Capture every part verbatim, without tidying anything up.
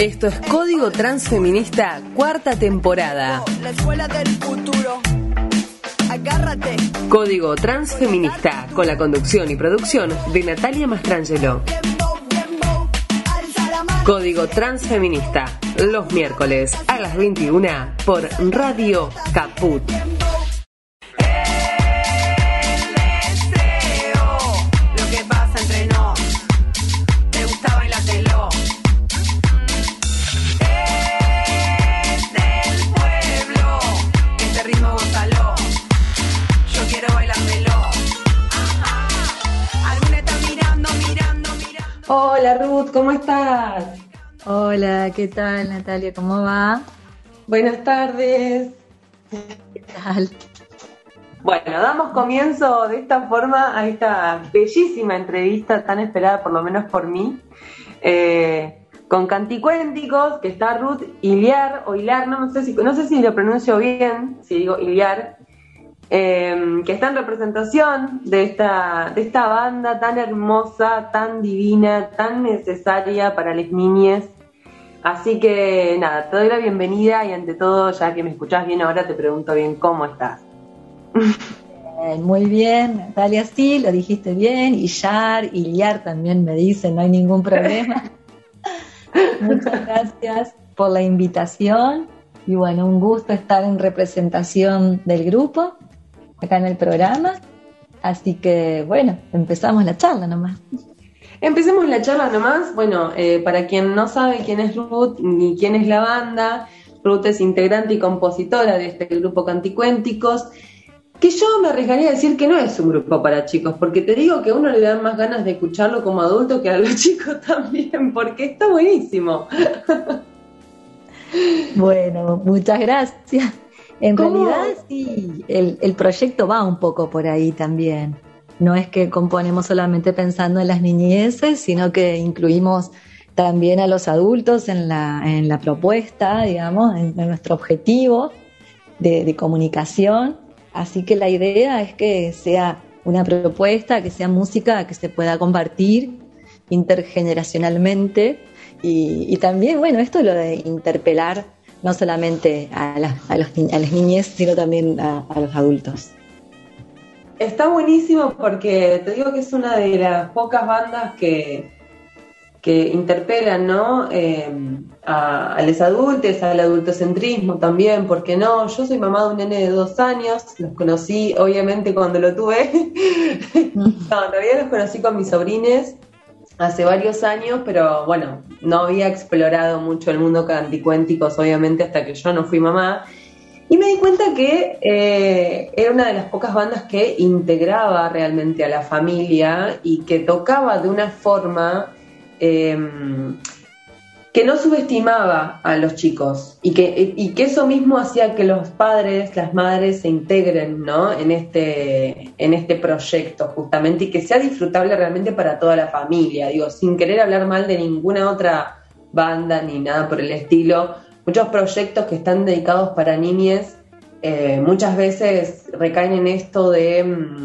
Esto es Código Transfeminista, cuarta temporada. La escuela del futuro. Agárrate. Código Transfeminista, con la conducción y producción de Natalia Mastrangelo. Código Transfeminista, los miércoles a las veintiuna por Radio Caput. Hola Ruth, ¿cómo estás? Hola, ¿qué tal Natalia? ¿Cómo va? Buenas tardes. ¿Qué tal? Bueno, damos comienzo de esta forma a esta bellísima entrevista tan esperada por lo menos por mí, eh, con Canticuénticos, que está Ruth Iliar, o Hilar, no, no sé si, no sé si lo pronuncio bien, si digo Iliar, Eh, que está en representación de esta, de esta banda tan hermosa, tan divina, tan necesaria para las niñas. Así que nada, te doy la bienvenida y ante todo, ya que me escuchás bien ahora, te pregunto bien cómo estás. Eh, muy bien, Natalia, sí, lo dijiste bien. Iliar, Iliar también me dicen, no hay ningún problema. Muchas gracias por la invitación y bueno, un gusto estar en representación del grupo acá en el programa, así que bueno, empezamos la charla nomás. Empecemos la charla nomás. Bueno, eh, para quien no sabe quién es Ruth ni quién es la banda, Ruth es integrante y compositora de este grupo Canticuénticos, que yo me arriesgaría a decir que no es un grupo para chicos, porque te digo que a uno le dan más ganas de escucharlo como adulto que a los chicos también, porque está buenísimo. Bueno, muchas gracias. En ¿Cómo? realidad sí, el, el proyecto va un poco por ahí también. No es que componemos solamente pensando en las niñeces, sino que incluimos también a los adultos en la, en la propuesta, digamos, en, en nuestro objetivo de, de comunicación. Así que la idea es que sea una propuesta, que sea música que se pueda compartir intergeneracionalmente y, y también, bueno, esto es lo de interpelar no solamente a las, a los, a las niñez, sino también a, a los adultos. Está buenísimo porque te digo que es una de las pocas bandas que, que interpelan, ¿no? Eh, a, a los adultos, al adultocentrismo también, porque no, yo soy mamá de un nene de dos años, los conocí obviamente cuando lo tuve, no, en realidad los conocí con mis sobrines hace varios años, pero bueno, no había explorado mucho el mundo Canticuénticos, obviamente, hasta que yo no fui mamá. Y me di cuenta que eh, era una de las pocas bandas que integraba realmente a la familia y que tocaba de una forma eh, que no subestimaba a los chicos y que, y que eso mismo hacía que los padres, las madres se integren, ¿no? en, este, en este proyecto justamente y que sea disfrutable realmente para toda la familia, digo, sin querer hablar mal de ninguna otra banda ni nada por el estilo. Muchos proyectos que están dedicados para niñes eh, muchas veces recaen en esto de mm,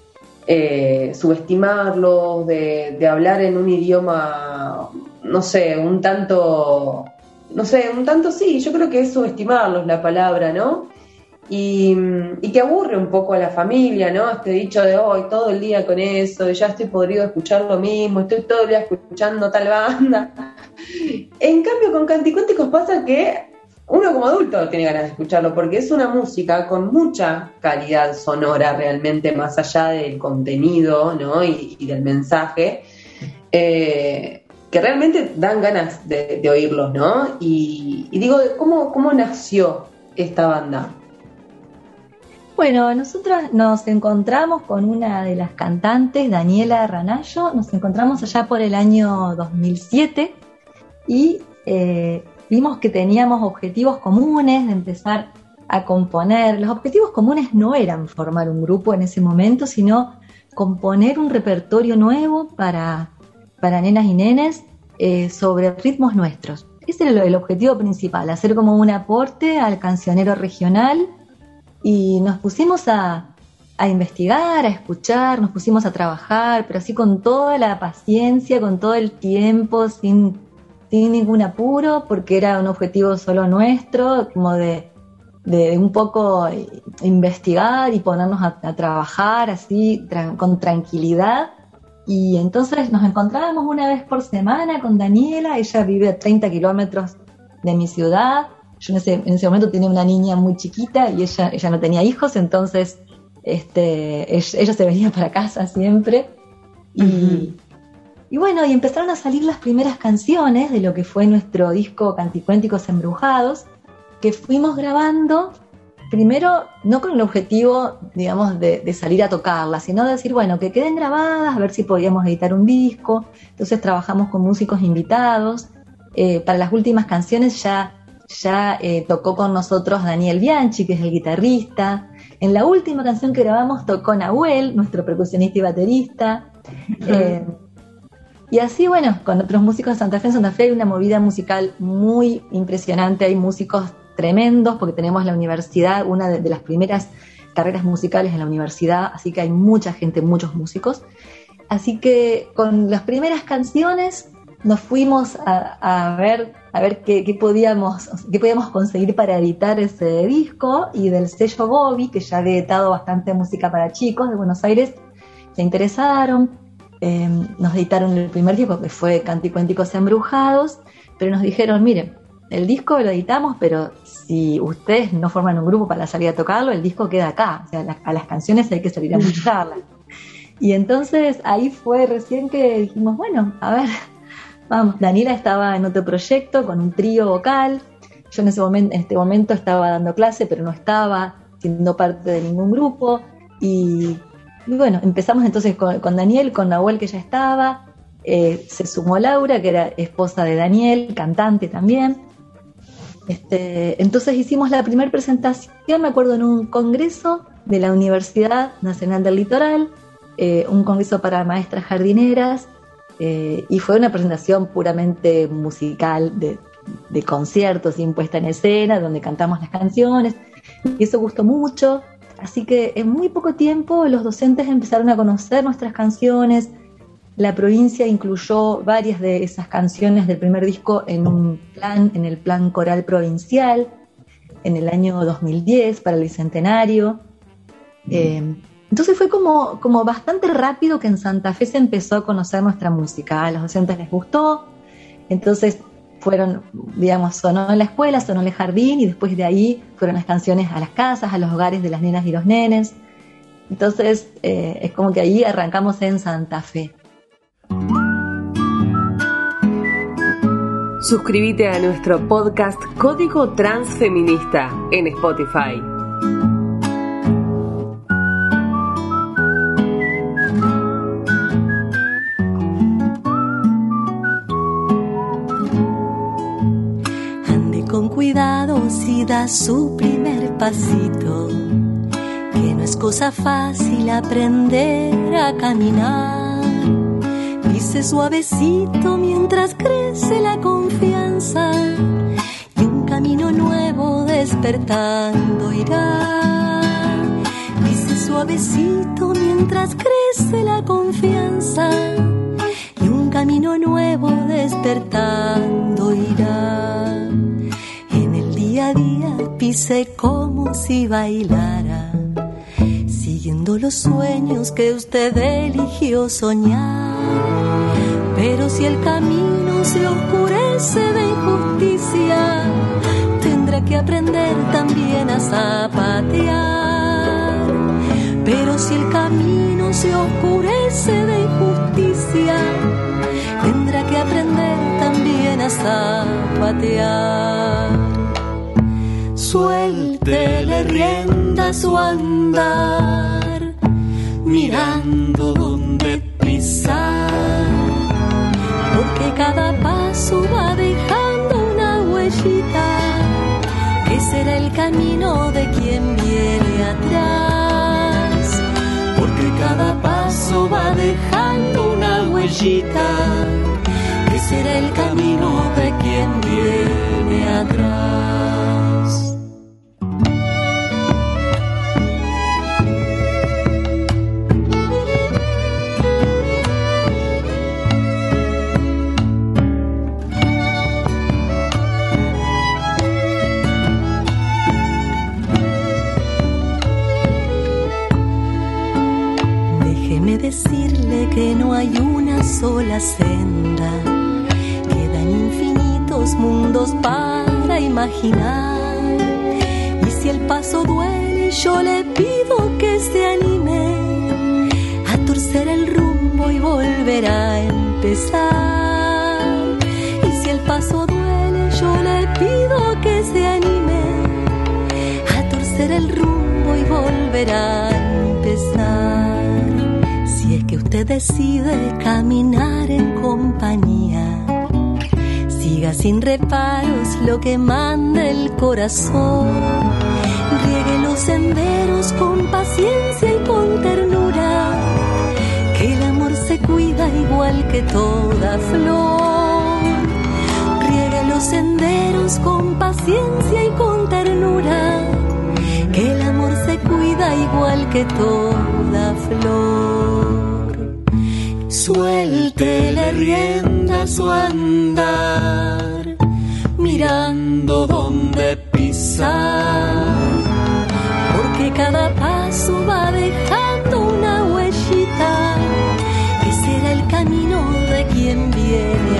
eh, subestimarlos, de, de hablar en un idioma, no sé, un tanto, no sé, un tanto sí, yo creo que es subestimarlos la palabra, ¿no? Y, y que aburre un poco a la familia, ¿no? Este dicho de hoy, todo el día con eso, ya estoy podrido de escuchar lo mismo, estoy todo el día escuchando tal banda. En cambio, con Canticuénticos pasa que uno como adulto tiene ganas de escucharlo, porque es una música con mucha calidad sonora realmente, más allá del contenido, ¿no? y, y del mensaje, eh, que realmente dan ganas de, de oírlos, ¿no? Y, y digo, ¿cómo, ¿cómo nació esta banda? Bueno, nosotros nos encontramos con una de las cantantes, Daniela Ranallo, nos encontramos allá por el año dos mil siete y eh, vimos que teníamos objetivos comunes de empezar a componer. Los objetivos comunes no eran formar un grupo en ese momento, sino componer un repertorio nuevo para, para nenas y nenes eh, sobre ritmos nuestros. Ese era el objetivo principal, hacer como un aporte al cancionero regional. Y nos pusimos a, a investigar, a escuchar, nos pusimos a trabajar, pero así con toda la paciencia, con todo el tiempo, sin, sin ningún apuro, porque era un objetivo solo nuestro, como de, de un poco investigar y ponernos a, a trabajar así, tra- con tranquilidad. Y entonces nos encontrábamos una vez por semana con Daniela. Ella vive a treinta kilómetros de mi ciudad. Yo en ese, en ese momento tenía una niña muy chiquita y ella, ella no tenía hijos, entonces este, ella, ella se venía para casa siempre. Y, uh-huh. y bueno, y empezaron a salir las primeras canciones de lo que fue nuestro disco Canticuénticos Embrujados, que fuimos grabando, primero no con el objetivo, digamos, de, de salir a tocarlas, sino de decir, bueno, que queden grabadas, a ver si podíamos editar un disco. Entonces trabajamos con músicos invitados. Eh, para las últimas canciones ya... Ya eh, tocó con nosotros Daniel Bianchi, que es el guitarrista. En la última canción que grabamos tocó Nahuel, nuestro percusionista y baterista. Uh-huh. Eh, y así, bueno, con otros músicos de Santa Fe. En Santa Fe hay una movida musical muy impresionante. Hay músicos tremendos, porque tenemos la universidad, una de, de las primeras carreras musicales en la universidad. Así que hay mucha gente, muchos músicos. Así que con las primeras canciones nos fuimos a, a ver, a ver qué, qué, podíamos, qué podíamos conseguir para editar ese disco, y del sello Bobby, que ya había editado bastante música para chicos de Buenos Aires, se interesaron, eh, nos editaron el primer disco, que fue Canticuénticos Embrujados, pero nos dijeron, miren, el disco lo editamos, pero si ustedes no forman un grupo para salir a tocarlo, el disco queda acá, o sea, la, a las canciones hay que salir a buscarlas. Y entonces ahí fue recién que dijimos, bueno, a ver... Vamos, Daniela estaba en otro proyecto con un trío vocal. Yo en ese momento, en este momento estaba dando clase, pero no estaba siendo parte de ningún grupo. Y, y bueno, empezamos entonces con, con Daniel, con Nahuel, que ya estaba. Eh, se sumó Laura, que era esposa de Daniel, cantante también. Este, entonces hicimos la primera presentación, me acuerdo, en un congreso de la Universidad Nacional del Litoral, eh, un congreso para maestras jardineras. Eh, y fue una presentación puramente musical, de, de conciertos, sin puesta en escena, donde cantamos las canciones, y eso gustó mucho. Así que en muy poco tiempo los docentes empezaron a conocer nuestras canciones. La provincia incluyó varias de esas canciones del primer disco en un plan, en el plan coral provincial, en el año dos mil diez, para el bicentenario. Eh, Entonces fue como, como bastante rápido que en Santa Fe se empezó a conocer nuestra música. A los docentes les gustó, entonces fueron, digamos, sonó en la escuela, sonó en el jardín, y después de ahí fueron las canciones a las casas, a los hogares de las nenas y los nenes. Entonces eh, es como que ahí arrancamos en Santa Fe. Suscríbete a nuestro podcast Código Transfeminista en Spotify. Con cuidado si da su primer pasito, que no es cosa fácil aprender a caminar. Pise suavecito mientras crece la confianza, y un camino nuevo despertando irá. Pise suavecito mientras crece la confianza, y un camino nuevo despertando irá. Día a día pise como si bailara, siguiendo los sueños que usted eligió soñar. Pero si el camino se oscurece de injusticia, tendrá que aprender también a zapatear. Pero si el camino se oscurece de injusticia, tendrá que aprender también a zapatear. Suéltele rienda a su andar, mirando dónde pisar, porque cada paso va dejando una huellita, que será el camino de quien viene atrás. Porque cada paso va dejando una huellita, que será el camino de quien viene atrás. sola senda. Quedan infinitos mundos para imaginar. Y si el paso duele, yo le pido que se anime a torcer el rumbo y volver a empezar. Y si el paso duele, yo le pido que se anime a torcer el rumbo y volver a empezar. Si es que usted decide caminar en compañía, siga sin reparos lo que manda el corazón. Riegue los senderos con paciencia y con ternura, que el amor se cuida igual que toda flor. Riegue los senderos con paciencia y con ternura, que el amor se cuida igual que toda flor. Suéltele rienda a su andar, mirando dónde pisar, porque cada paso va dejando una huellita, que será el camino de quien viene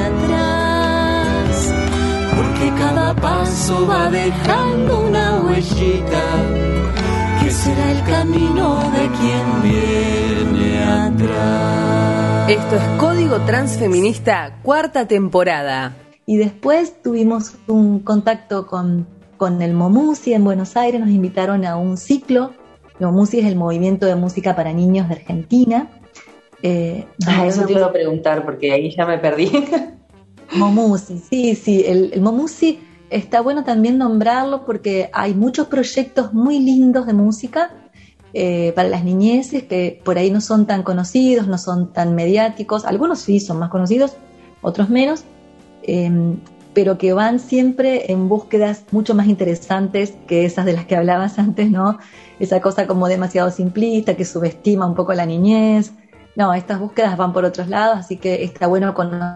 atrás. Porque cada paso va dejando una huellita, que será el camino de quien viene atrás. Esto es Código Transfeminista, cuarta temporada. Y después tuvimos un contacto con, con el MOMUSI en Buenos Aires, nos invitaron a un ciclo. El MOMUSI es el Movimiento de Música para Niños de Argentina. Eh, ah, eso te iba a preguntar porque ahí ya me perdí. MOMUSI, sí, sí, el, el MOMUSI está bueno también nombrarlo porque hay muchos proyectos muy lindos de música eh, para las niñeces que por ahí no son tan conocidos, no son tan mediáticos, algunos sí son más conocidos, otros menos, eh, pero que van siempre en búsquedas mucho más interesantes que esas de las que hablabas antes, ¿no? Esa cosa como demasiado simplista, que subestima un poco la niñez. No, estas búsquedas van por otros lados, así que está bueno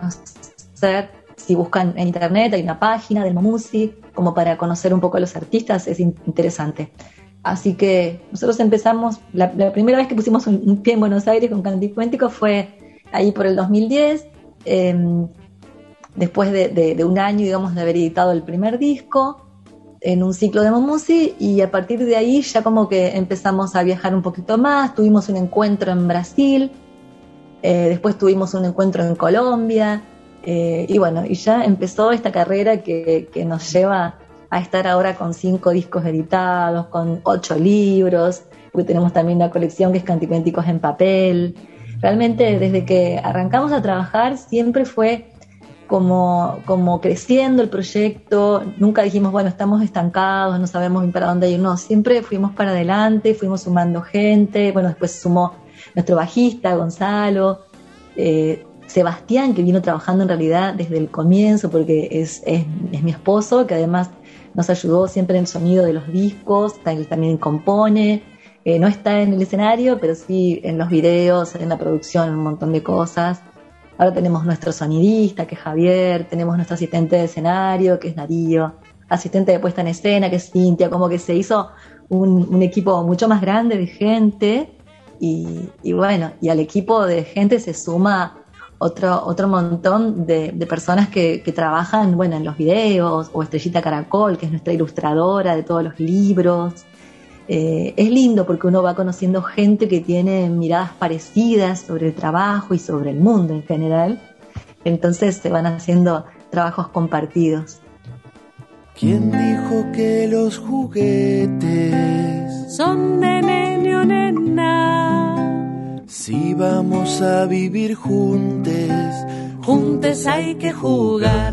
conocer. Si buscan en internet, hay una página del MOMUSI, como para conocer un poco a los artistas, es interesante. Así que nosotros empezamos, la, la primera vez que pusimos un, un pie en Buenos Aires con Canto Cuéntico fue ahí por el dos mil diez, eh, después de, de, de un año, digamos, de haber editado el primer disco, en un ciclo de MOMUSI, y a partir de ahí ya como que empezamos a viajar un poquito más, tuvimos un encuentro en Brasil, eh, después tuvimos un encuentro en Colombia, Eh, y bueno, y ya empezó esta carrera que, que nos lleva a estar ahora con cinco discos editados, con ocho libros, porque tenemos también una colección que es Canticuénticos en papel. Realmente desde que arrancamos a trabajar siempre fue como, como creciendo el proyecto, nunca dijimos, bueno, estamos estancados, no sabemos para dónde ir, no, siempre fuimos para adelante, fuimos sumando gente, bueno, después sumó nuestro bajista, Gonzalo, eh, Sebastián, que vino trabajando en realidad desde el comienzo porque es, es, es mi esposo, que además nos ayudó siempre en el sonido de los discos, también compone, eh, no está en el escenario, pero sí en los videos, en la producción, un montón de cosas. Ahora tenemos nuestro sonidista, que es Javier, tenemos nuestro asistente de escenario, que es Darío, asistente de puesta en escena, que es Cintia, como que se hizo un, un equipo mucho más grande de gente y, y bueno, y al equipo de gente se suma Otro, otro montón de, de personas que, que trabajan, bueno, en los videos, o Estrellita Caracol, que es nuestra ilustradora de todos los libros. Eh, es lindo porque uno va conociendo gente que tiene miradas parecidas sobre el trabajo y sobre el mundo en general. Entonces se van haciendo trabajos compartidos. ¿Quién dijo que los juguetes son de nene o nena? Si vamos a vivir juntes, juntes hay que jugar.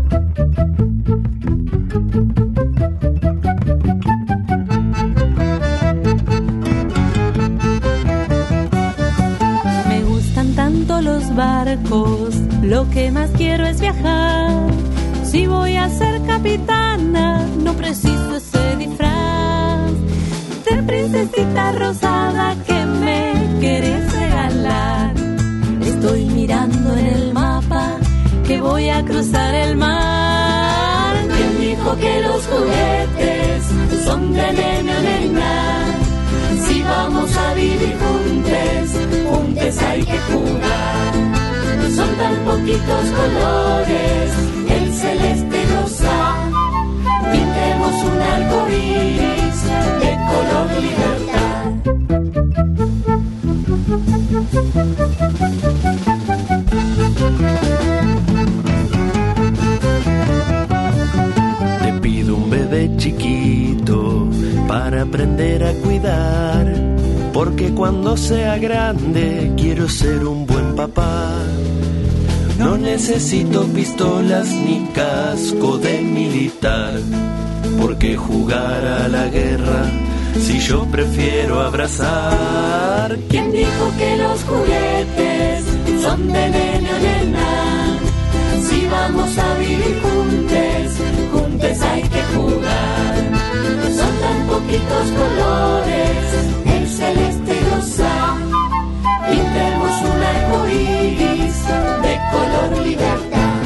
Me gustan tanto los barcos, lo que más quiero es viajar. Si voy a ser capitana, no preciso ese disfraz de princesita rosada que me querés regalar. Estoy mirando en el mapa que voy a cruzar el mar. ¿Quién dijo que los juguetes son de nene o nena? Si vamos a vivir juntos, juntos hay que jugar. son tan poquitos colores, el celeste rosa. Pintemos un arco iris de color libertad. Te pido un bebé chiquito para aprender a cuidar, porque cuando sea grande quiero ser un buen papá. No necesito pistolas ni casco de militar, porque jugar a la guerra si yo prefiero abrazar. ¿Quién dijo que los juguetes son de nene o nena? Si vamos a vivir juntos, juntos hay que jugar. Son tan poquitos colores, el celeste y rosa. Pintemos un arco iris de color libertad.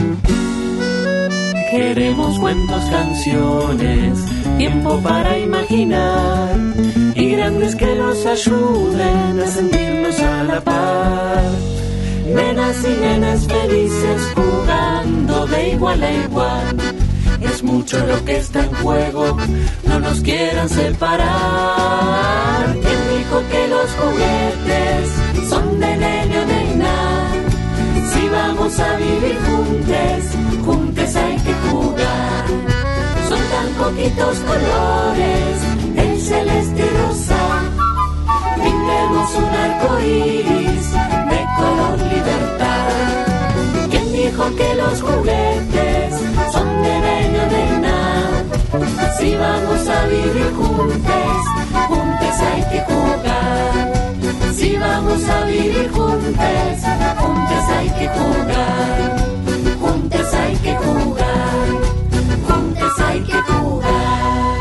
Queremos cuentos, canciones, tiempo para imaginar, y grandes que nos ayuden a sentirnos a la par. Nenas y nenes felices jugando de igual a igual. Es mucho lo que está en juego, no nos quieran separar. ¿Quién dijo que los juguetes son de nene o nena? Si vamos a vivir juntos, juntos hay que jugar. Son tan poquitos colores, el celeste y rosa. Pintemos un arco iris de color libertad. ¿Quién dijo que los juguetes son de nene o nena? Si vamos a vivir juntos, juntos hay que jugar. Si vamos a vivir juntos, juntos hay que jugar. Juntos hay que jugar. Juntos hay que jugar.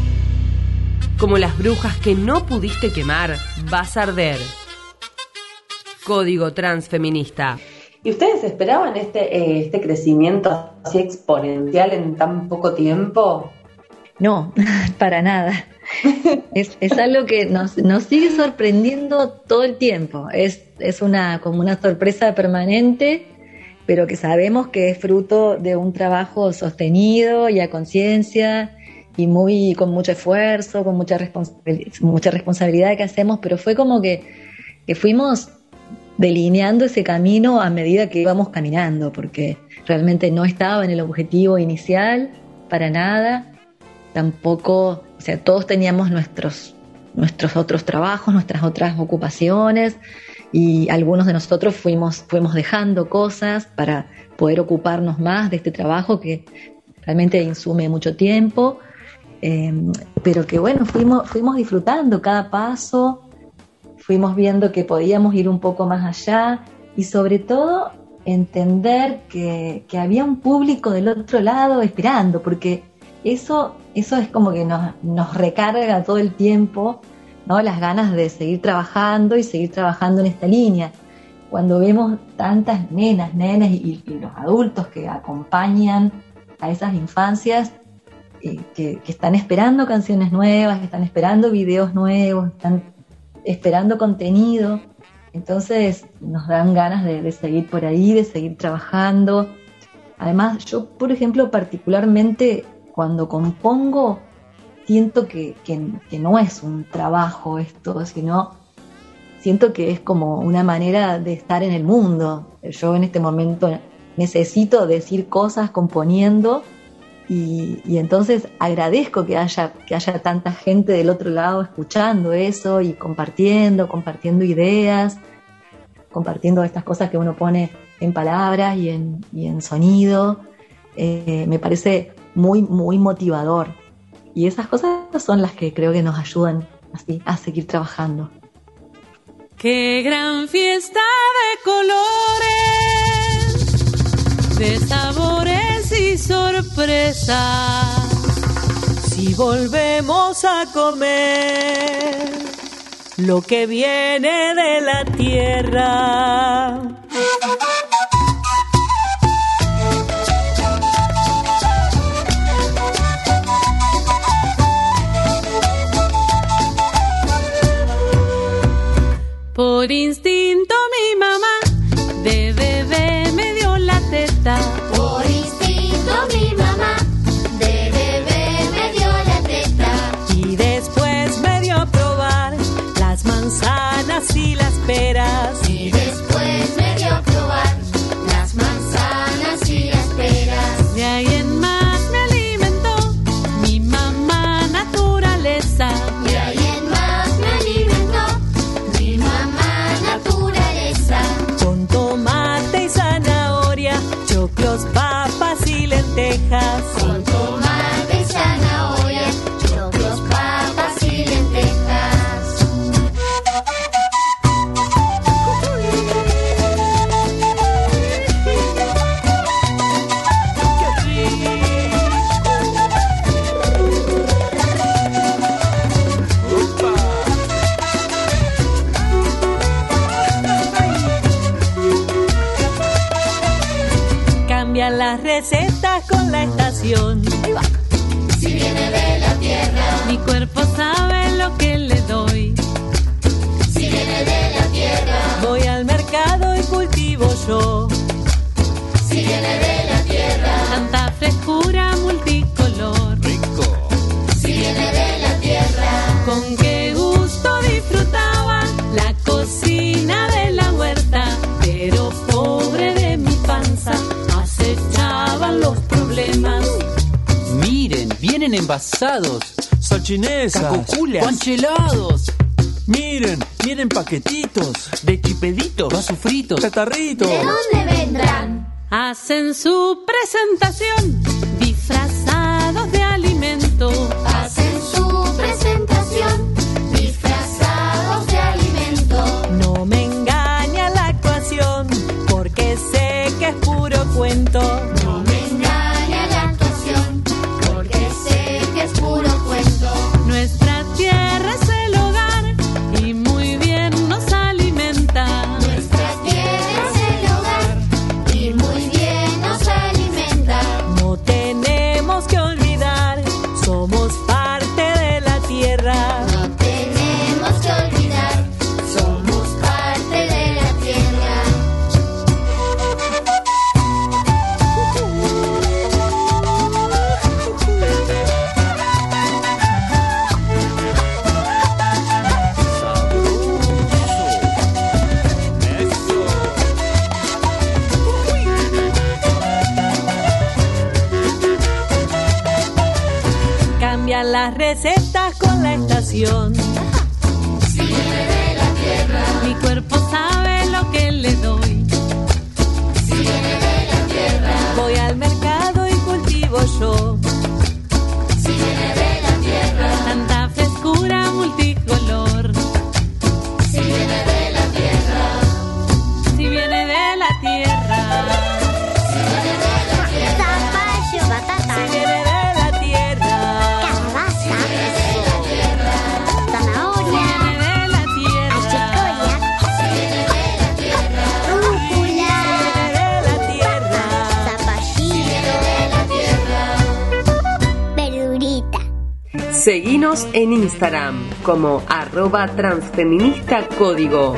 Como las brujas que no pudiste quemar, vas a arder. Código Transfeminista. ¿Y ustedes esperaban este, eh, este crecimiento así exponencial en tan poco tiempo? No, para nada. Es, es algo que nos, nos sigue sorprendiendo todo el tiempo. Es, es una, como una sorpresa permanente, pero que sabemos que es fruto de un trabajo sostenido y a conciencia y muy, con mucho esfuerzo, con mucha, responsabilidad, mucha responsabilidad que hacemos, pero fue como que, que fuimos delineando ese camino a medida que íbamos caminando, porque realmente no estaba en el objetivo inicial para nada. Tampoco, o sea, todos teníamos nuestros, nuestros otros trabajos, nuestras otras ocupaciones, y algunos de nosotros fuimos, fuimos dejando cosas para poder ocuparnos más de este trabajo que realmente insume mucho tiempo, eh, pero que bueno, fuimos, fuimos disfrutando cada paso, fuimos viendo que podíamos ir un poco más allá y sobre todo entender que, que había un público del otro lado esperando, porque eso, eso es como que nos, nos recarga todo el tiempo, ¿no? Las ganas de seguir trabajando y seguir trabajando en esta línea. Cuando vemos tantas nenas, nenes y, y los adultos que acompañan a esas infancias, eh, que, que están esperando canciones nuevas, que están esperando videos nuevos, están esperando contenido, entonces nos dan ganas de, de seguir por ahí, de seguir trabajando. Además, yo, por ejemplo, particularmente cuando compongo, siento que, que, que no es un trabajo esto, sino siento que es como una manera de estar en el mundo. Yo en este momento necesito decir cosas componiendo y, y entonces agradezco que haya, que haya tanta gente del otro lado escuchando eso y compartiendo, compartiendo ideas, compartiendo estas cosas que uno pone en palabras y en, y en sonido. Eh, me parece muy, muy motivador. Y esas cosas son las que creo que nos ayudan así a seguir trabajando. ¡Qué gran fiesta de colores, de sabores y sorpresas! Si volvemos a comer lo que viene de la tierra. Por instinto mi mamá debe teta. Por instinto mi mamá de bebé me dio la teta. Y después me dio a probar las manzanas y las peras. Y después me dio a probar las manzanas y las peras. De ahí en más me alimentó mi mamá naturaleza. De ahí en más me alimentó mi mamá naturaleza. Con tomate y zanahoria, choclos, papas y lentejas. Con tomate y zanahoria, choclos, papas y lentejas. Cambian las recetas con la estación. Si viene de la tierra, Mi cuerpo sabe lo que le doy. si viene de la tierra, Voy al mercado y cultivo yo. si viene de la tierra, Tanta frescura multicolor. si viene de la tierra. Con qué gusto disfrutaba la cocina de la huerta. Pero pobre de mi panza, acechaban los problemas. Miren, vienen envasados. Salchinesas, Cacoculas. Conchelados. miren, miren paquetitos, De chipeditos. Vasos fritos. catarritos. ¿De dónde vendrán? Hacen su presentación disfrazados de alimento. Hacen su presentación disfrazados de alimento. No me engaña la actuación, porque sé que es puro cuento. No me engaña la actuación, porque sé que es puro cuento. Nuestra tierra es el hogar y muy bien nos alimenta. Nuestra tierra es el hogar y muy bien nos alimenta. No tenemos que olvidar, somos parte de la tierra. No tenemos que olvidar, somos parte de la tierra. Cambian las recetas con la estación. Si viene de la tierra, Mi cuerpo sabe lo que le doy. si viene de la tierra, Voy al mercado y cultivo yo. si viene de la tierra, Tanta frescura multicolor. si viene de la tierra, Si viene de la tierra. si viene de la tierra, Zapallo, batata, Si viene de la tierra. calabaza, tierra, zanahoria, Viene de la tierra. achicoya, si viene de la tierra, rúcula, Viene de la tierra. zapallito, de la tierra. verdurita. Seguinos en Instagram como arroba transfeminista código.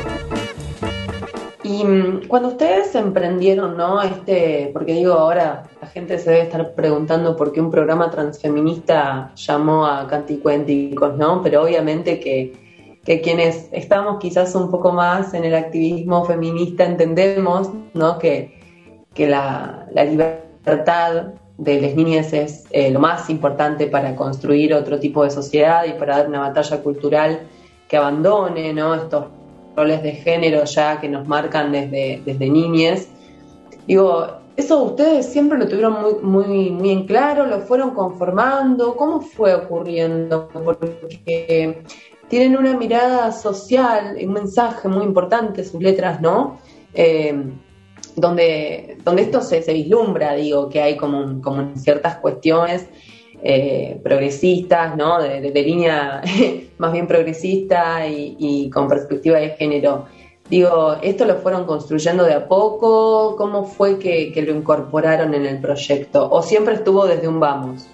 Y mm, cuando ustedes emprendieron, ¿no? Este, porque digo, ahora la gente se debe estar preguntando por qué un programa transfeminista llamó a Canticuénticos, ¿no? Pero obviamente que, que quienes estamos quizás un poco más en el activismo feminista entendemos, ¿no? Que, que la, la libertad de las niñas es eh, lo más importante para construir otro tipo de sociedad y para dar una batalla cultural que abandone, ¿no? Estos roles de género ya que nos marcan desde, desde niñez. Digo, ¿eso ustedes siempre lo tuvieron muy, muy, muy en claro? ¿Lo fueron conformando? ¿Cómo fue ocurriendo? Porque tienen una mirada social, un mensaje muy importante, sus letras, ¿no? Eh, donde, donde esto se, se vislumbra, digo, que hay como, un, como ciertas cuestiones eh, progresistas, ¿no? De, de, de línea más bien progresista y, y con perspectiva de género. Digo, ¿esto lo fueron construyendo de a poco? ¿Cómo fue que, que lo incorporaron en el proyecto? ¿O siempre estuvo desde un vamos?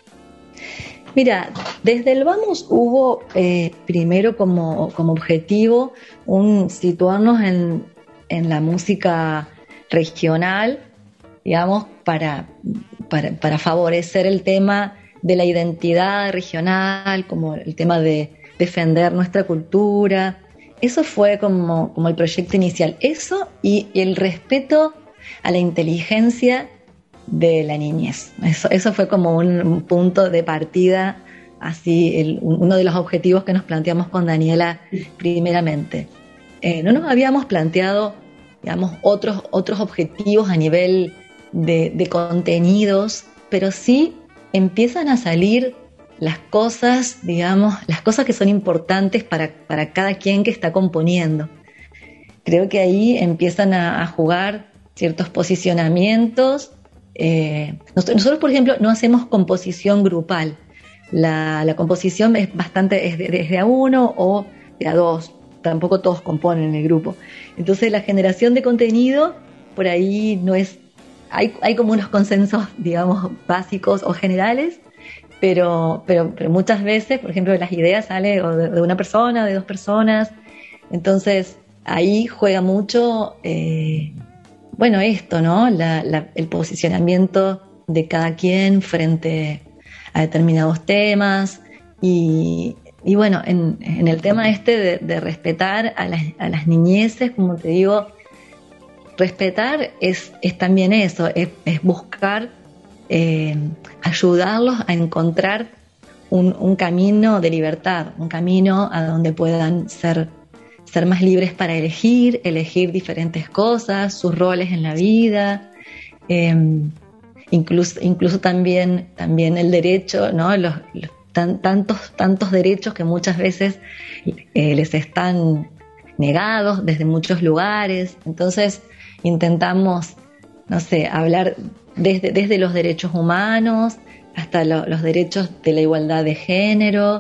Mira, desde el Vamos hubo eh, primero como, como objetivo un situarnos en, en la música regional digamos, para, para, para favorecer el tema de la identidad regional, como el tema de defender nuestra cultura. Eso fue como, como el proyecto inicial. Eso y, y el respeto a la inteligencia de la niñez. Eso, eso fue como un, un punto de partida, así el, uno de los objetivos que nos planteamos con Daniela primeramente. Eh, no nos habíamos planteado, digamos, otros, otros objetivos a nivel de, de contenidos, pero sí empiezan a salir las cosas, digamos, las cosas que son importantes para, para cada quien que está componiendo. Creo que ahí empiezan a, a jugar ciertos posicionamientos. Eh, nosotros, por ejemplo, no hacemos composición grupal. La, la composición es bastante, es de, es de a uno o de a dos. Tampoco todos componen en el grupo. Entonces la generación de contenido por ahí no es, hay, hay como unos consensos, digamos, básicos o generales, pero, pero, pero muchas veces, por ejemplo, las ideas salen de, de una persona, de dos personas. Entonces ahí juega mucho, eh, bueno, esto, ¿no? La, la, el posicionamiento de cada quien frente a determinados temas. Y Y bueno, en, en el tema este de, de respetar a las, a las niñeces, como te digo, respetar es, es también eso, es, es buscar eh, ayudarlos a encontrar un, un camino de libertad, un camino a donde puedan ser, ser más libres para elegir, elegir diferentes cosas, sus roles en la vida, eh, incluso, incluso también, también el derecho, ¿no? Los, los Tan, tantos, tantos derechos que muchas veces eh, les están negados desde muchos lugares. Entonces intentamos, no sé, hablar desde, desde los derechos humanos hasta lo, los derechos de la igualdad de género,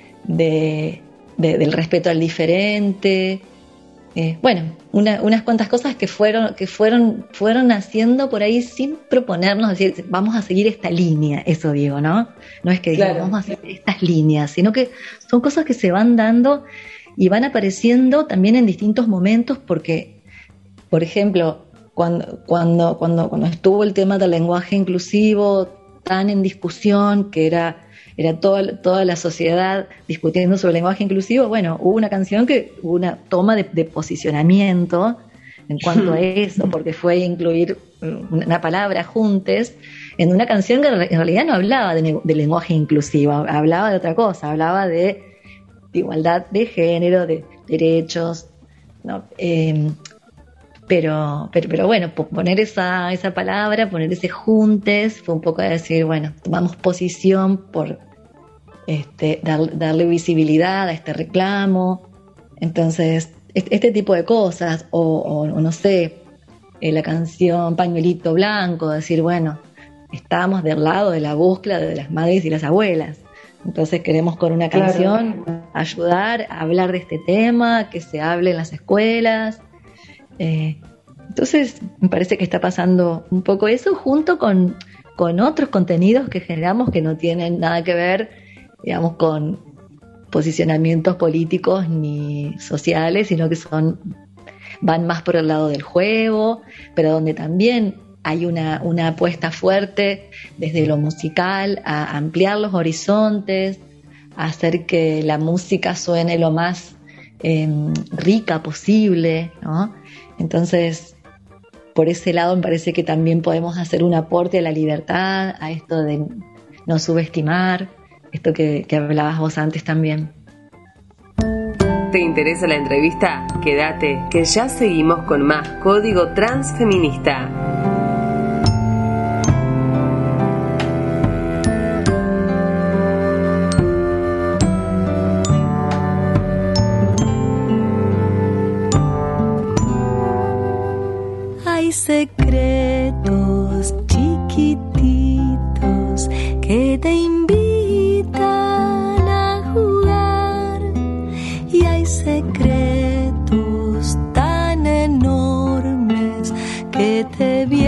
de, de, del respeto al diferente. Eh, bueno, una, unas cuantas cosas que fueron que fueron fueron haciendo por ahí sin proponernos decir vamos a seguir esta línea, eso digo, ¿no? No es que digamos Claro. vamos a seguir estas líneas, sino que son cosas que se van dando y van apareciendo también en distintos momentos, porque, por ejemplo, cuando cuando cuando cuando estuvo el tema del lenguaje inclusivo tan en discusión, que era era toda, toda la sociedad discutiendo sobre el lenguaje inclusivo, bueno, hubo una canción que hubo una toma de, de posicionamiento en cuanto a eso, porque fue incluir una palabra juntes en una canción que en realidad no hablaba de, de lenguaje inclusivo, hablaba de otra cosa, hablaba de, de igualdad de género, de derechos, ¿no? Eh, Pero, pero, pero bueno, poner esa, esa palabra, poner ese juntes, fue un poco de decir, bueno, tomamos posición por este, dar, darle visibilidad a este reclamo. Entonces, este tipo de cosas, o, o, o no sé, eh, la canción Pañuelito Blanco, decir, bueno, estamos del lado de la búsqueda de las madres y las abuelas. Entonces queremos con una canción claro. ayudar a hablar de este tema, que se hable en las escuelas. Eh, entonces me parece que está pasando un poco eso junto con, con otros contenidos que generamos que no tienen nada que ver, digamos, con posicionamientos políticos ni sociales, sino que son van más por el lado del juego, pero donde también hay una, una apuesta fuerte desde lo musical a ampliar los horizontes, a hacer que la música suene lo más eh, rica posible, ¿no? Entonces, por ese lado me parece que también podemos hacer un aporte a la libertad, a esto de no subestimar, esto que, que hablabas vos antes también. ¿Te interesa la entrevista? Quédate, que ya seguimos con más Código Transfeminista. Secretos chiquititos que te invitan a jugar, y hay secretos tan enormes que te vienen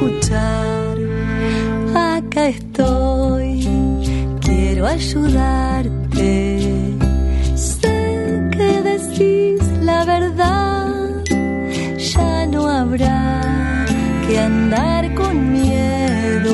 escuchar. Acá estoy, quiero ayudarte. Sé que decís la verdad, ya no habrá que andar con miedo,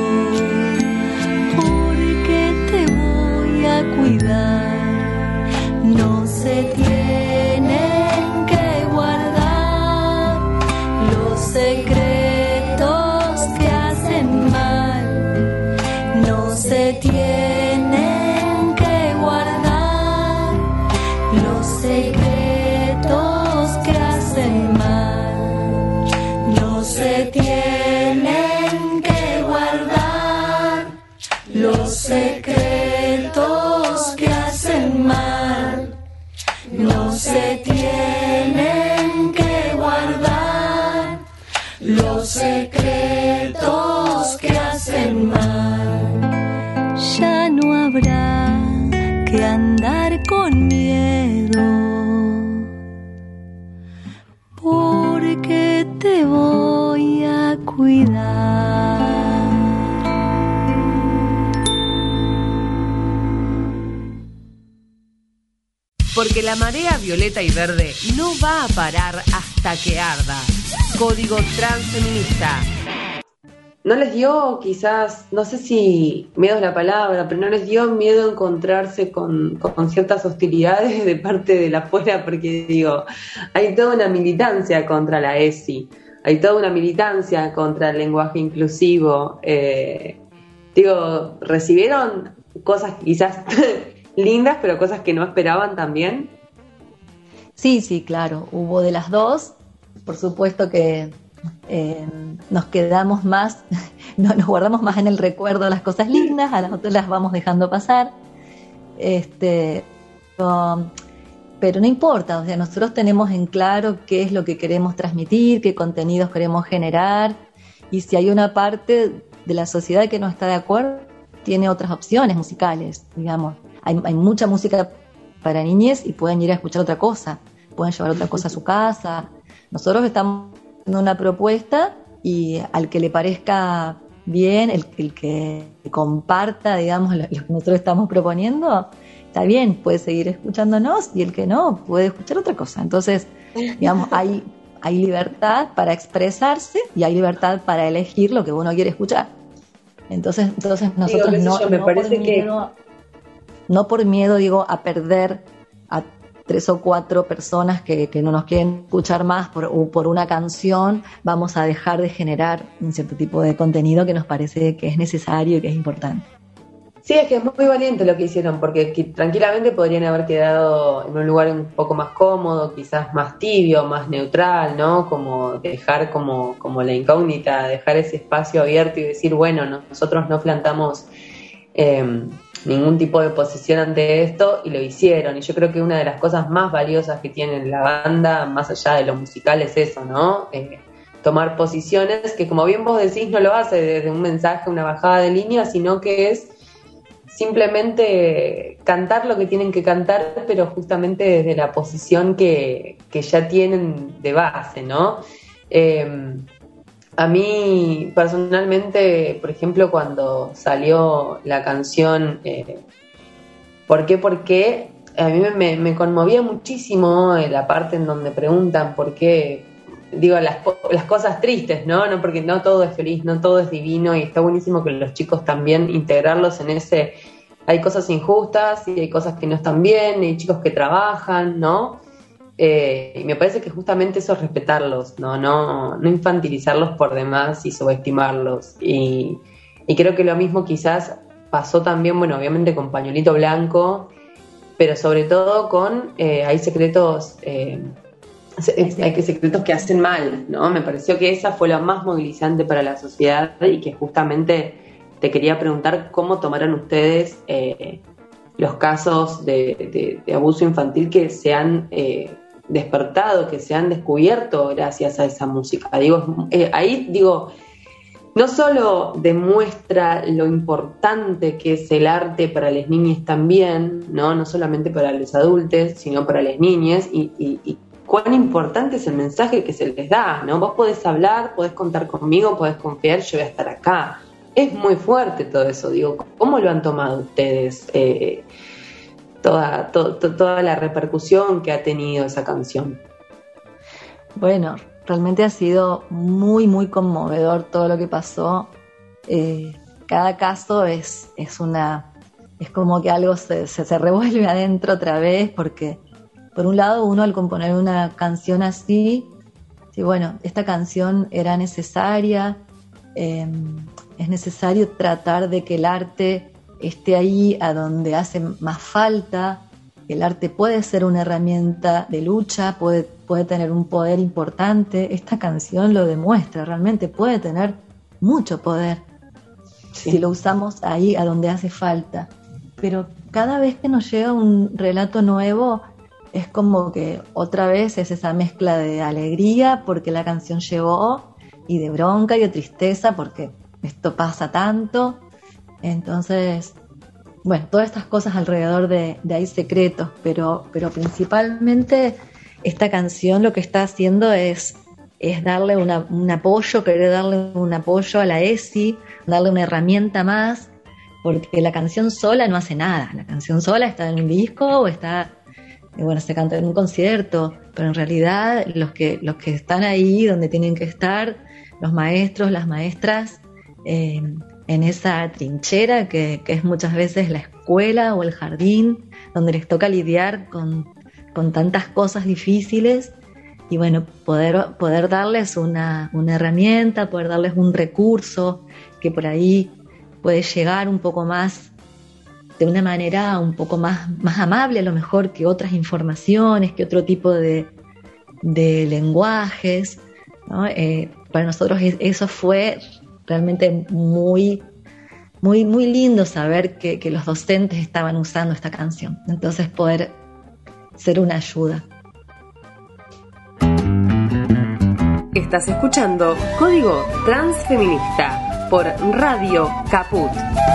porque te voy a cuidar. No se tienen que guardar los secretos que hacen mal. No se tienen que guardar los secretos que hacen mal. No se tienen que guardar los secretos que hacen mal. No se tienen que guardar los secretos que hacen mal. Ya no habrá que andar con miedo, porque te voy a cuidar. Porque la marea violeta y verde no va a parar hasta que arda. Código Transfeminista. ¿No les dio quizás, no sé si miedo es la palabra, pero no les dio miedo encontrarse con, con ciertas hostilidades de parte de la afuera? Porque digo, hay toda una militancia contra la E S I, hay toda una militancia contra el lenguaje inclusivo. Eh, digo, ¿recibieron cosas quizás lindas, pero cosas que no esperaban también? Sí, sí, claro, hubo de las dos. Por supuesto que eh, nos quedamos más, no, nos guardamos más en el recuerdo las cosas lindas, a las otras las vamos dejando pasar. Este, um, pero no importa, o sea, nosotros tenemos en claro qué es lo que queremos transmitir, qué contenidos queremos generar, y si hay una parte de la sociedad que no está de acuerdo, tiene otras opciones musicales, digamos. Hay, hay mucha música para niñez y pueden ir a escuchar otra cosa, pueden llevar otra cosa a su casa. Nosotros estamos haciendo una propuesta y al que le parezca bien, el, el que comparta, digamos, lo, lo que nosotros estamos proponiendo, está bien, puede seguir escuchándonos, y el que no, puede escuchar otra cosa. Entonces, digamos, hay, hay libertad para expresarse y hay libertad para elegir lo que uno quiere escuchar. Entonces, entonces nosotros Digo, no, yo, me no parece por miedo... Que... No por miedo, digo, a perder a tres o cuatro personas que, que no nos quieren escuchar más por, o por una canción, vamos a dejar de generar un cierto tipo de contenido que nos parece que es necesario y que es importante. Sí, es que es muy valiente lo que hicieron, porque que, tranquilamente podrían haber quedado en un lugar un poco más cómodo, quizás más tibio, más neutral, ¿no? Como dejar como, como la incógnita, dejar ese espacio abierto y decir, bueno, no, nosotros no plantamos... Eh, ningún tipo de posición ante esto, y lo hicieron. Y yo creo que una de las cosas más valiosas que tiene la banda, más allá de lo musical, es eso, ¿no? Eh, tomar posiciones que, como bien vos decís, no lo hace desde un mensaje, una bajada de línea, sino que es simplemente cantar lo que tienen que cantar, pero justamente desde la posición que, que ya tienen de base, ¿no? Eh, A mí, personalmente, por ejemplo, cuando salió la canción eh, ¿Por qué? ¿Por qué? A mí me, me conmovía muchísimo la parte en donde preguntan por qué, digo, las, las cosas tristes, ¿no? No, porque no todo es feliz, no todo es divino, y está buenísimo que los chicos también integrarlos en ese... Hay cosas injustas y hay cosas que no están bien, y hay chicos que trabajan, ¿no? Eh, y me parece que justamente eso es respetarlos, ¿no? No, no infantilizarlos por demás y subestimarlos. Y, y creo que lo mismo quizás pasó también, bueno, obviamente con Pañuelito Blanco, pero sobre todo con eh, Hay secretos, eh, hay secretos que hacen mal, ¿no? Me pareció que esa fue la más movilizante para la sociedad, y que justamente te quería preguntar cómo tomarán ustedes eh, los casos de, de, de abuso infantil que se han eh, despertado, que se han descubierto gracias a esa música. Digo, eh, ahí digo, no solo demuestra lo importante que es el arte para las niñas también, no, no solamente para los adultos, sino para las niñas, y, y, y cuán importante es el mensaje que se les da, ¿no? Vos podés hablar, podés contar conmigo, podés confiar, yo voy a estar acá. Es muy fuerte todo eso, digo, ¿cómo lo han tomado ustedes? Eh, toda, to, to, toda la repercusión que ha tenido esa canción. Bueno, realmente ha sido muy, muy conmovedor todo lo que pasó. Eh, cada caso es, es una, es como que algo se, se, se revuelve adentro otra vez, porque por un lado uno al componer una canción así, sí, bueno, esta canción era necesaria, eh, es necesario tratar de que el arte esté ahí a donde hace más falta. El arte puede ser una herramienta de lucha, puede, puede tener un poder importante. Esta canción lo demuestra, realmente puede tener mucho poder, sí, si lo usamos ahí a donde hace falta. Pero cada vez que nos llega un relato nuevo, es como que otra vez es esa mezcla de alegría porque la canción llegó, y de bronca y de tristeza porque esto pasa tanto. Entonces, bueno, todas estas cosas alrededor de, de Hay Secretos, pero, pero principalmente esta canción lo que está haciendo es, es darle una, un apoyo, querer darle un apoyo a la E S I, darle una herramienta más, porque la canción sola no hace nada. La canción sola está en un disco o está, bueno, se canta en un concierto, pero en realidad los que, los que están ahí donde tienen que estar, los maestros, las maestras, eh, en esa trinchera que, que es muchas veces la escuela o el jardín, donde les toca lidiar con, con tantas cosas difíciles, y bueno, poder, poder darles una, una herramienta, poder darles un recurso que por ahí puede llegar un poco más, de una manera un poco más, más amable a lo mejor que otras informaciones, que otro tipo de, de lenguajes, ¿no? Eh, para nosotros eso fue realmente muy, muy, muy lindo saber que, que los docentes estaban usando esta canción. Entonces poder ser una ayuda. Estás escuchando Código Transfeminista por Radio Caput.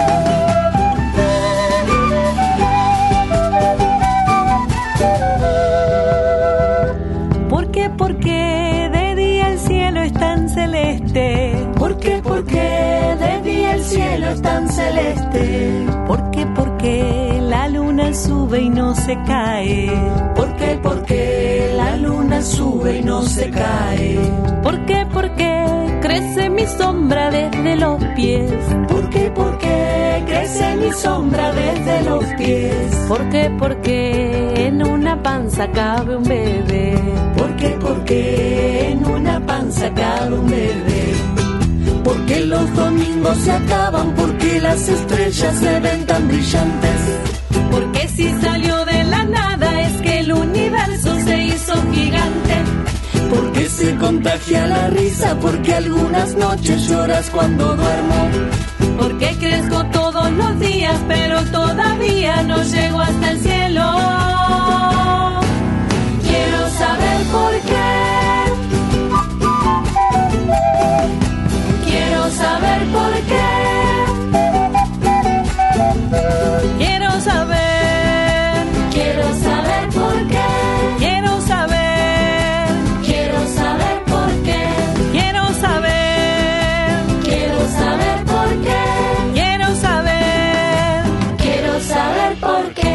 ¿Por qué, por qué de día el cielo es tan celeste? ¿Por qué, por qué de día el cielo es tan celeste? ¿Por qué, por qué la luna sube y no se cae? ¿Por qué, por qué la luna sube y no se cae? ¿Por qué, por qué crece mi sombra desde los pies? ¿Por qué, por qué crece mi sombra desde los pies? ¿Por qué, por qué en una panza cabe un bebé? ¿Por qué, por qué en una panza cabe un bebé? Porque los domingos se acaban, porque las estrellas se ven tan brillantes. Porque si salió de la nada es que el universo se hizo gigante. Porque se contagia la risa, porque algunas noches lloras cuando duermo. Porque crezco todos los días, pero todavía no llego hasta el cielo. Quiero saber por qué. Quiero saber por qué. Quiero saber. Quiero saber por qué. Quiero saber. Quiero saber por qué. Quiero saber. Quiero saber por qué. Quiero saber. Quiero saber por qué.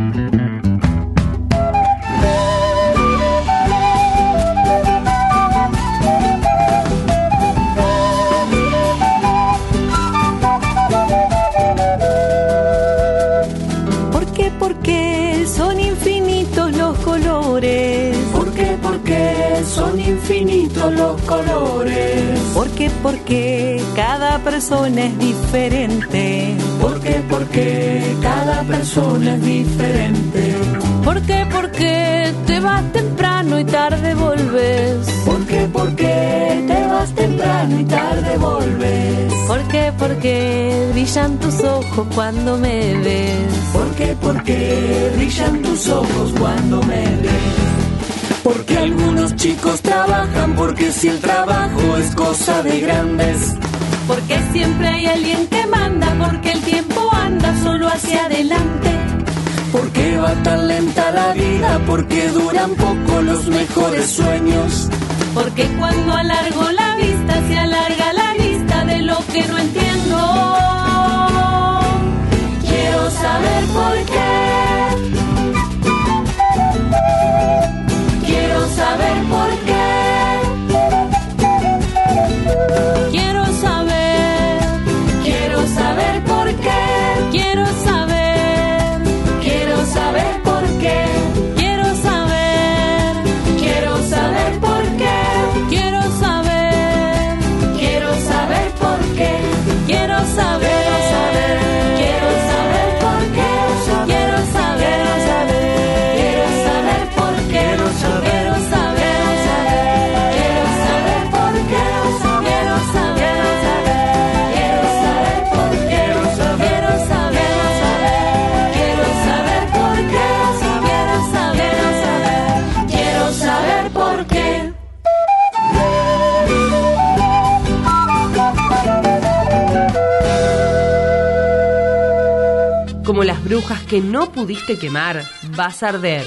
¿Por qué? Porque son infinitos los colores. ¿Por qué? Porque cada persona es diferente. ¿Por qué? Porque cada persona es diferente. ¿Por qué? Porque te vas temprano y tarde volves. ¿Por qué? Porque te vas temprano y tarde volves. ¿Por qué? Porque brillan tus ojos cuando me ves. ¿Por qué? Porque brillan tus ojos cuando me ves. Porque algunos chicos trabajan, porque si el trabajo es cosa de grandes. Porque siempre hay alguien que manda, porque el tiempo anda solo hacia adelante. ¿Por qué va tan lenta la vida? ¿Por qué duran poco los mejores sueños? Porque cuando alargo la vista se alarga la lista de lo que no entiendo. Quiero saber por qué. Quiero saber por qué. Quiero saber. Quiero saber por qué. Quiero saber. Quiero saber por qué. Quiero saber. Quiero saber por qué. Quiero saber. Quiero saber por qué. Quiero saber. Quiero saber por qué. Quiero saber. Quiero saber por qué. Quiero saber. Quiero saber. Quiero saber por qué. Quiero saber. Quiero saber por qué. Quiero saber. Quiero saber por qué. Quiero saber. Quiero saber por qué. Como las brujas que no pudiste quemar, vas a arder.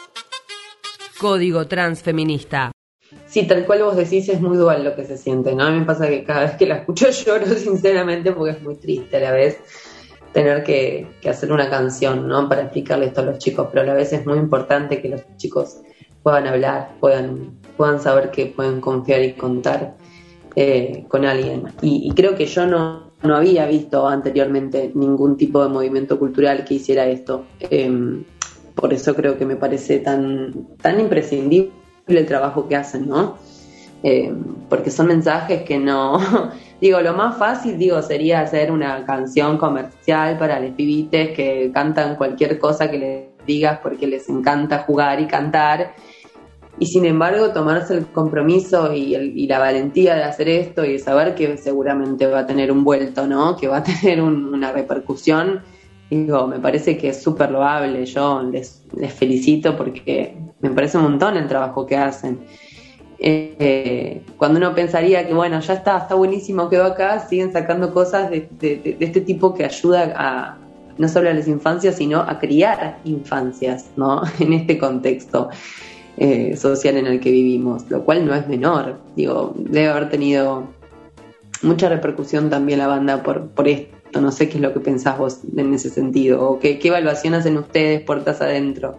Código transfeminista. Sí, tal cual vos decís, es muy dual lo que se siente, ¿no? A mí me pasa que cada vez que la escucho lloro sinceramente porque es muy triste a la vez tener que, que hacer una canción, ¿no? Para explicarle esto a los chicos, pero a la vez es muy importante que los chicos puedan hablar, puedan, puedan saber que pueden confiar y contar eh, con alguien. Y, y creo que yo no, no había visto anteriormente ningún tipo de movimiento cultural que hiciera esto. Eh, por eso creo que me parece tan, tan imprescindible el trabajo que hacen, ¿no? Eh, porque son mensajes que no... digo, lo más fácil, digo, sería hacer una canción comercial para los pibites que cantan cualquier cosa que les digas porque les encanta jugar y cantar, y sin embargo tomarse el compromiso y, el, y la valentía de hacer esto y de saber que seguramente va a tener un vuelto, ¿no? Que va a tener un, una repercusión. Digo, me parece que es súper loable. Yo les, les felicito porque me parece un montón el trabajo que hacen. Eh, eh, cuando uno pensaría que, bueno, ya está, está buenísimo, quedó acá, siguen sacando cosas de, de, de, de este tipo que ayuda a no solo a las infancias, sino a criar infancias, ¿no? En este contexto eh, social en el que vivimos, lo cual no es menor. Digo, debe haber tenido mucha repercusión también la banda por, por esto. No sé qué es lo que pensás vos en ese sentido, o qué, qué evaluación hacen ustedes puertas adentro.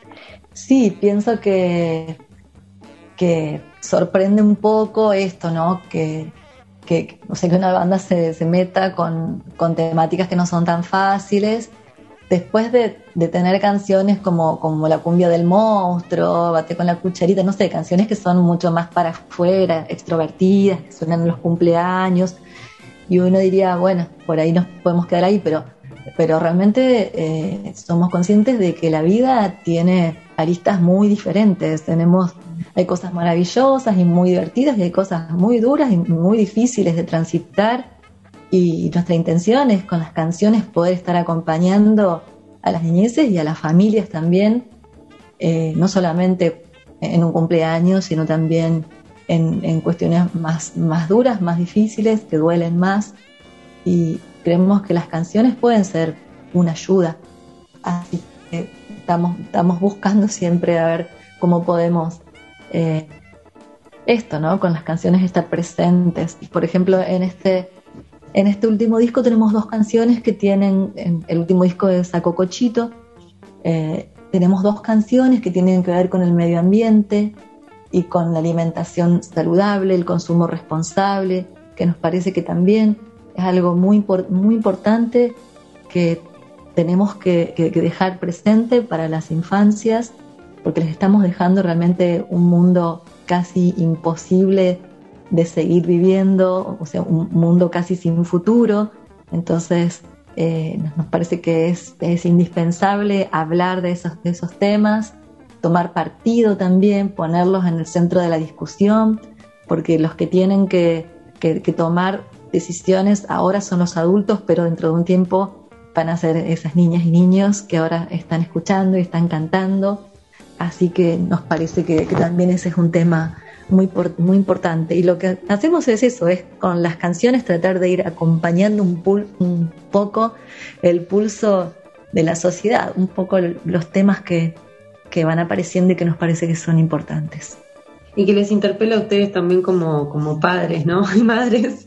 Sí, pienso que, que sorprende un poco esto, ¿no? Que, que, o sea, que una banda se, se meta con, con temáticas que no son tan fáciles, después de, de tener canciones como, como La cumbia del monstruo, Bate con la cucharita, no sé, canciones que son mucho más para afuera, extrovertidas, que suenan en los cumpleaños. Y uno diría, bueno, por ahí nos podemos quedar ahí, pero, pero realmente eh, somos conscientes de que la vida tiene aristas muy diferentes. Tenemos, hay cosas maravillosas y muy divertidas, y hay cosas muy duras y muy difíciles de transitar. Y nuestra intención es con las canciones poder estar acompañando a las niñeces y a las familias también, eh, no solamente en un cumpleaños, sino también En, en cuestiones más, más duras, más difíciles, que duelen más, y creemos que las canciones pueden ser una ayuda. Así que estamos, estamos buscando siempre a ver cómo podemos eh, esto, ¿no? Con las canciones estar presentes. Por ejemplo, en este, en este último disco tenemos dos canciones que tienen, en el último disco de Sacocochito, eh, tenemos dos canciones que tienen que ver con el medio ambiente y con la alimentación saludable, el consumo responsable, que nos parece que también es algo muy, muy importante que tenemos que, que, que dejar presente para las infancias, porque les estamos dejando realmente un mundo casi imposible de seguir viviendo, o sea, un mundo casi sin futuro. Entonces eh, nos parece que es, es indispensable hablar de esos, de esos temas, tomar partido también, ponerlos en el centro de la discusión, porque los que tienen que, que, que tomar decisiones ahora son los adultos, pero dentro de un tiempo van a ser esas niñas y niños que ahora están escuchando y están cantando. Así que nos parece que, que también ese es un tema muy, muy importante. Y lo que hacemos es eso, es con las canciones tratar de ir acompañando un, pul- un poco el pulso de la sociedad, un poco los temas que, que van apareciendo y que nos parece que son importantes. Y que les interpela a ustedes también como, como padres, ¿no? Y madres.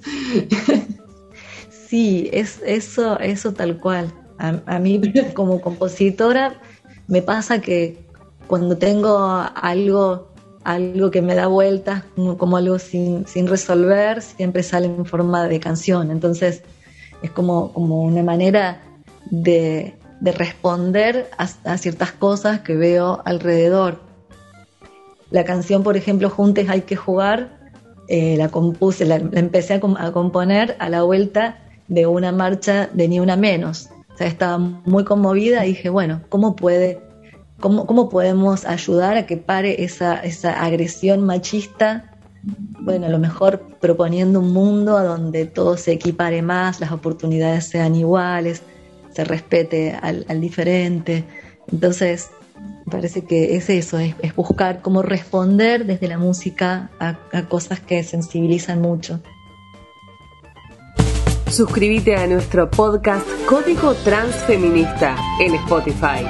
Sí, es eso, eso tal cual. A, a mí como compositora me pasa que cuando tengo algo, algo que me da vueltas, como, como algo sin, sin resolver, siempre sale en forma de canción. Entonces es como, como una manera de, de responder a, a ciertas cosas que veo alrededor. La canción, por ejemplo, Juntes hay que jugar, eh, la compuse, la, la empecé a, com- a componer a la vuelta de una marcha de Ni Una Menos. O sea, estaba muy conmovida y dije, bueno, ¿cómo puede, cómo, cómo podemos ayudar a que pare esa, esa agresión machista? Bueno, a lo mejor proponiendo un mundo donde todo se equipare más, las oportunidades sean iguales, se respete al, al diferente. Entonces, me parece que es eso, es, es buscar cómo responder desde la música a, a cosas que sensibilizan mucho. Suscríbete a nuestro podcast Código Transfeminista en Spotify.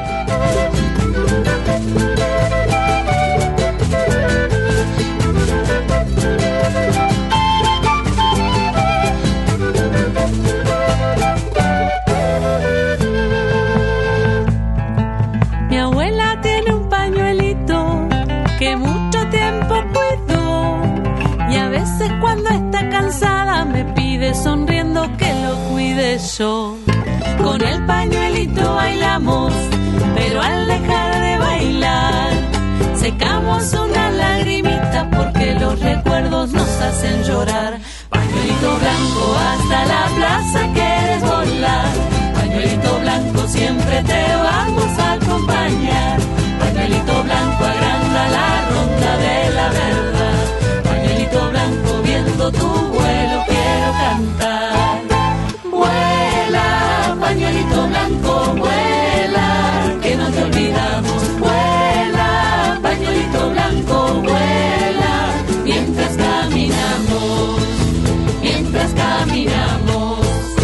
Mi abuela tiene un pañuelito que mucho tiempo cuidó y a veces cuando está cansada me pide sonriendo que lo cuide yo. Con el pañuelito bailamos, pero al dejar de bailar secamos una lagrimita porque los recuerdos nos hacen llorar. Pañuelito blanco hasta la plaza quieres volar, pañuelito blanco siempre te vamos a acompañar. Pañuelito blanco agranda la ronda de la verdad, pañuelito blanco viendo tu vuelo quiero cantar. Vuela, pañuelito blanco, vuela, que no te olvidamos. Vuela, pañuelito blanco, vuela, mientras caminamos, mientras caminamos.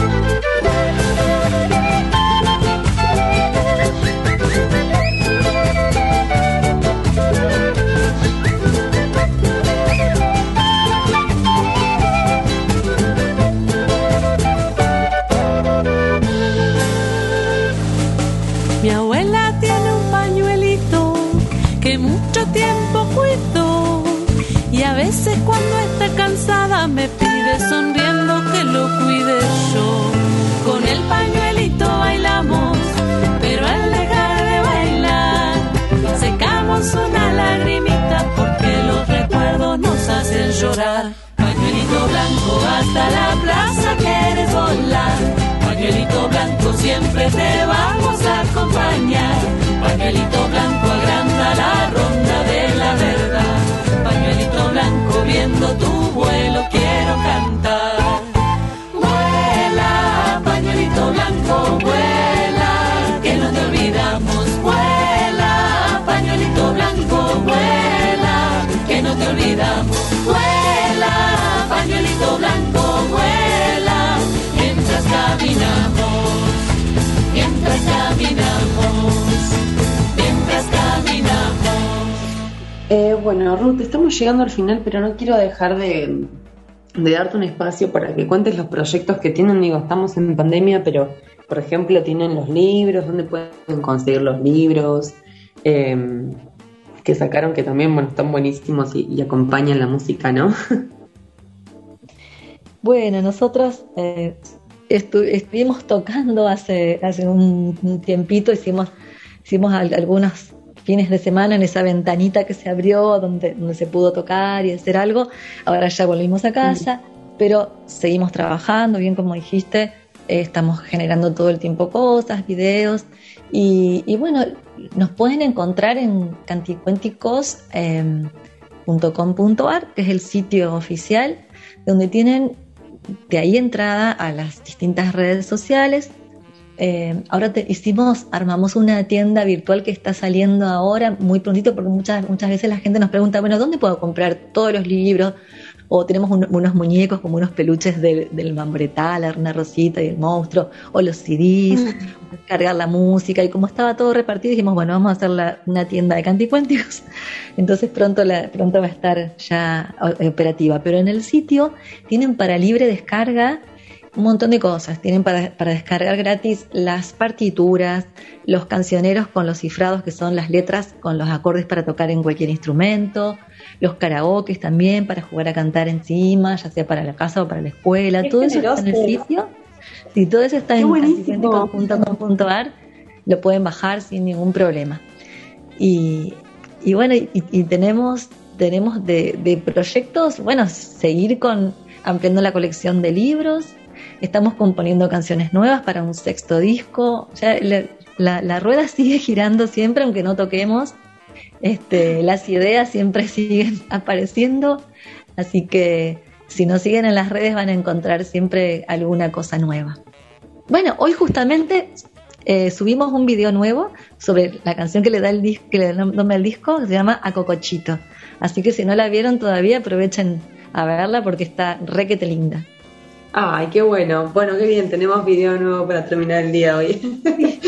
Mi abuela tiene un pañuelito que mucho tiempo cuidó y a veces cuando está cansada me pide sonriendo que lo cuide yo. Con el pañuelito bailamos, pero al dejar de bailar secamos una lagrimita porque los recuerdos nos hacen llorar. Pañuelito blanco hasta la plaza quieres volar, pañuelito blanco siempre te vamos a acompañar. Pañuelito blanco agranda la ronda de la verdad, pañuelito blanco viendo tu vuelo quiero cantar. Vuela, pañuelito blanco, vuela, que no te olvidamos. Vuela, pañuelito blanco, vuela, que no te olvidamos. Vuela, pañuelito blanco, vuela, mientras caminamos, mientras caminamos, mientras caminamos. Eh, bueno, Ruth, estamos llegando al final, pero no quiero dejar de, de darte un espacio para que cuentes los proyectos que tienen. Digo, estamos en pandemia, pero, por ejemplo, tienen los libros, ¿dónde pueden conseguir los libros? Eh, que sacaron, que también, bueno, están buenísimos y, y acompañan la música, ¿no? Bueno, nosotros eh, estu- estuvimos tocando hace, hace un, un tiempito, hicimos, hicimos al- algunos fines de semana en esa ventanita que se abrió donde, donde se pudo tocar y hacer algo. Ahora ya volvimos a casa, mm. pero seguimos trabajando, bien como dijiste, eh, estamos generando todo el tiempo cosas, videos y, y bueno, nos pueden encontrar en canticuénticos punto com punto a r, que es el sitio oficial donde tienen de ahí entrada a las distintas redes sociales. Eh, ahora te, hicimos, armamos una tienda virtual que está saliendo ahora muy prontito, porque muchas, muchas veces la gente nos pregunta, bueno, ¿dónde puedo comprar todos los libros? o tenemos un, unos muñecos como unos peluches del, del Mambretá, la Reina Rosita y el monstruo, o los C Ds, mm. cargar la música, y como estaba todo repartido dijimos, bueno, vamos a hacer la, una tienda de canticuénticos, entonces pronto, la, pronto va a estar ya operativa, pero en el sitio tienen para libre descarga un montón de cosas, tienen para, para descargar gratis las partituras, los cancioneros con los cifrados, que son las letras con los acordes para tocar en cualquier instrumento, los karaokes también para jugar a cantar encima, ya sea para la casa o para la escuela. Qué todo generoso. Eso está en el sitio. Si todo eso está Qué en canticuénticos punto com punto a r, lo pueden bajar sin ningún problema. Y, y bueno, y, y tenemos, tenemos de, de proyectos, bueno, seguir con ampliando la colección de libros. Estamos componiendo canciones nuevas para un sexto disco. Ya la, la, la rueda sigue girando siempre, aunque no toquemos. Este, las ideas siempre siguen apareciendo. Así que si nos siguen en las redes van a encontrar siempre alguna cosa nueva. Bueno, hoy justamente eh, subimos un video nuevo sobre la canción que le da el disco, que le da el nombre al disco, que se llama A Cocochito. Así que si no la vieron todavía, aprovechen a verla porque está requete linda. Ay, qué bueno. Bueno, qué bien, tenemos video nuevo para terminar el día hoy.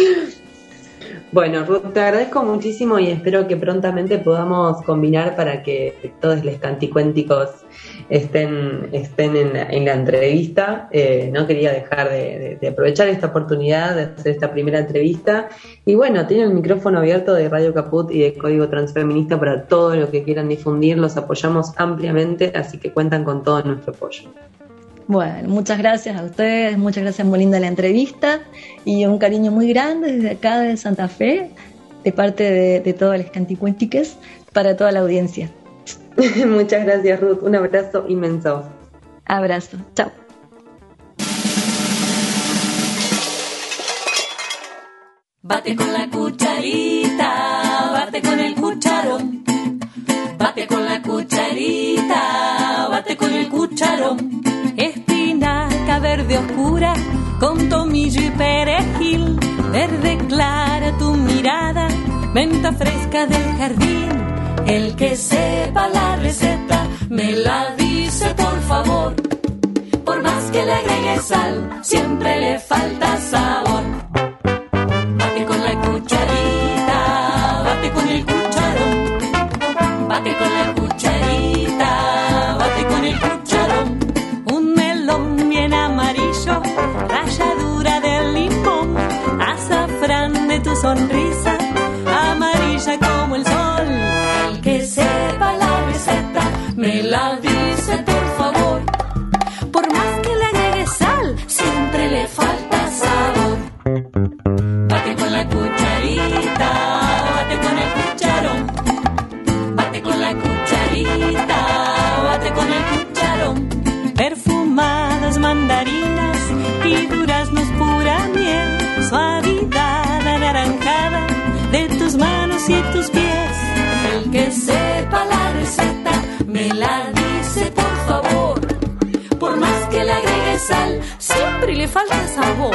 Bueno, Ruth, te agradezco muchísimo y espero que prontamente podamos combinar para que todos los canticuénticos estén, estén en, la, en la entrevista. Eh, no quería dejar de, de, de aprovechar esta oportunidad de hacer esta primera entrevista. Y bueno, tienen el micrófono abierto de Radio Caput y de Código Transfeminista para todo lo que quieran difundir. Los apoyamos ampliamente, así que cuentan con todo nuestro apoyo. Bueno, muchas gracias a ustedes, muchas gracias, muy linda la entrevista y un cariño muy grande desde acá de Santa Fe, de parte de, de todos los canticuéntiques, para toda la audiencia. Muchas gracias, Ruth, un abrazo inmenso. Abrazo, chao. Bate con la cucharita, bate con el cucharón, bate con la cucharita, bate con el cucharón. Espinaca verde oscura con tomillo y perejil, verde clara tu mirada, menta fresca del jardín. El que sepa la receta me la dice por favor. Por más que le agregue sal, siempre le falta sabor. Bate con la cucharita, bate con el cucharón, bate con la cucharita, bate con el cucharón. Bien amarillo, ralladura del limón, azafrán de tu sonrisa, amarilla como el sol. El que sepa la receta me la dice por favor. Por más que le agregue sal, siempre le falta sabor. Bate con la cucharita, bate con el cucharón, bate con la cucharita, bate con el cucharón. Perfumadas mandarinas y duraznos pura miel, suavidad anaranjada de tus manos y tus pies. El que sepa la receta me la dice por favor. Por más que le agregue sal, siempre le falta sabor.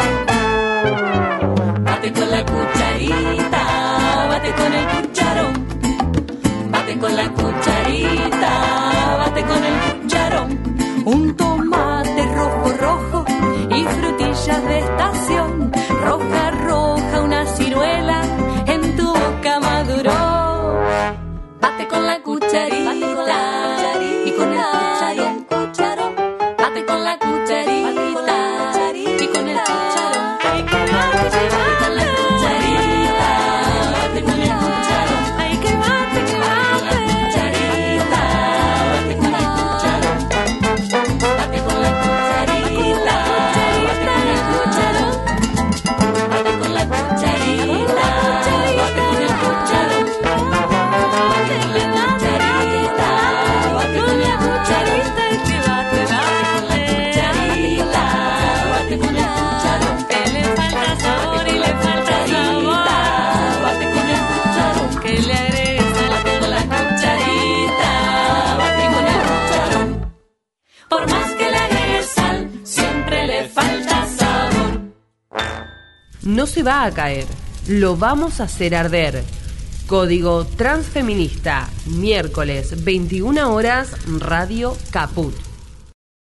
Bate con la cucharita, bate con el cucharón, bate con la cucharita, bate con el cucharón. Un tomate rojo, rojo y frutillas de estación. Roja, roja, una ciruela en tu boca maduró. Bate con la cucharita, bate con la cucharita y con el cucharón, cucharón. Bate con la cucharita, bate con la cucharita y con el cucharón. Ay, que bate, que bate con la cucharita, bate con el cucharón. Ay, que bate, que bate con la cucharita, bate con el cucharón. Bate con la cucharita, bate con el cucharón. Bate con la cucharita, bate con el cucharón. Bate con la cucharita, bate con el cucharón. Bate con la cucharita, bate con el cucharón. Que le falta sabor y le falta sabor. Bate con el cucharón. Que le agregues sal. Bate con la cucharita, bate con el cucharón. Por más que le agregues sal, siempre le falta sabor. No se va a caer, lo vamos a hacer arder. Código Transfeminista, miércoles veintiuna horas, Radio Caput.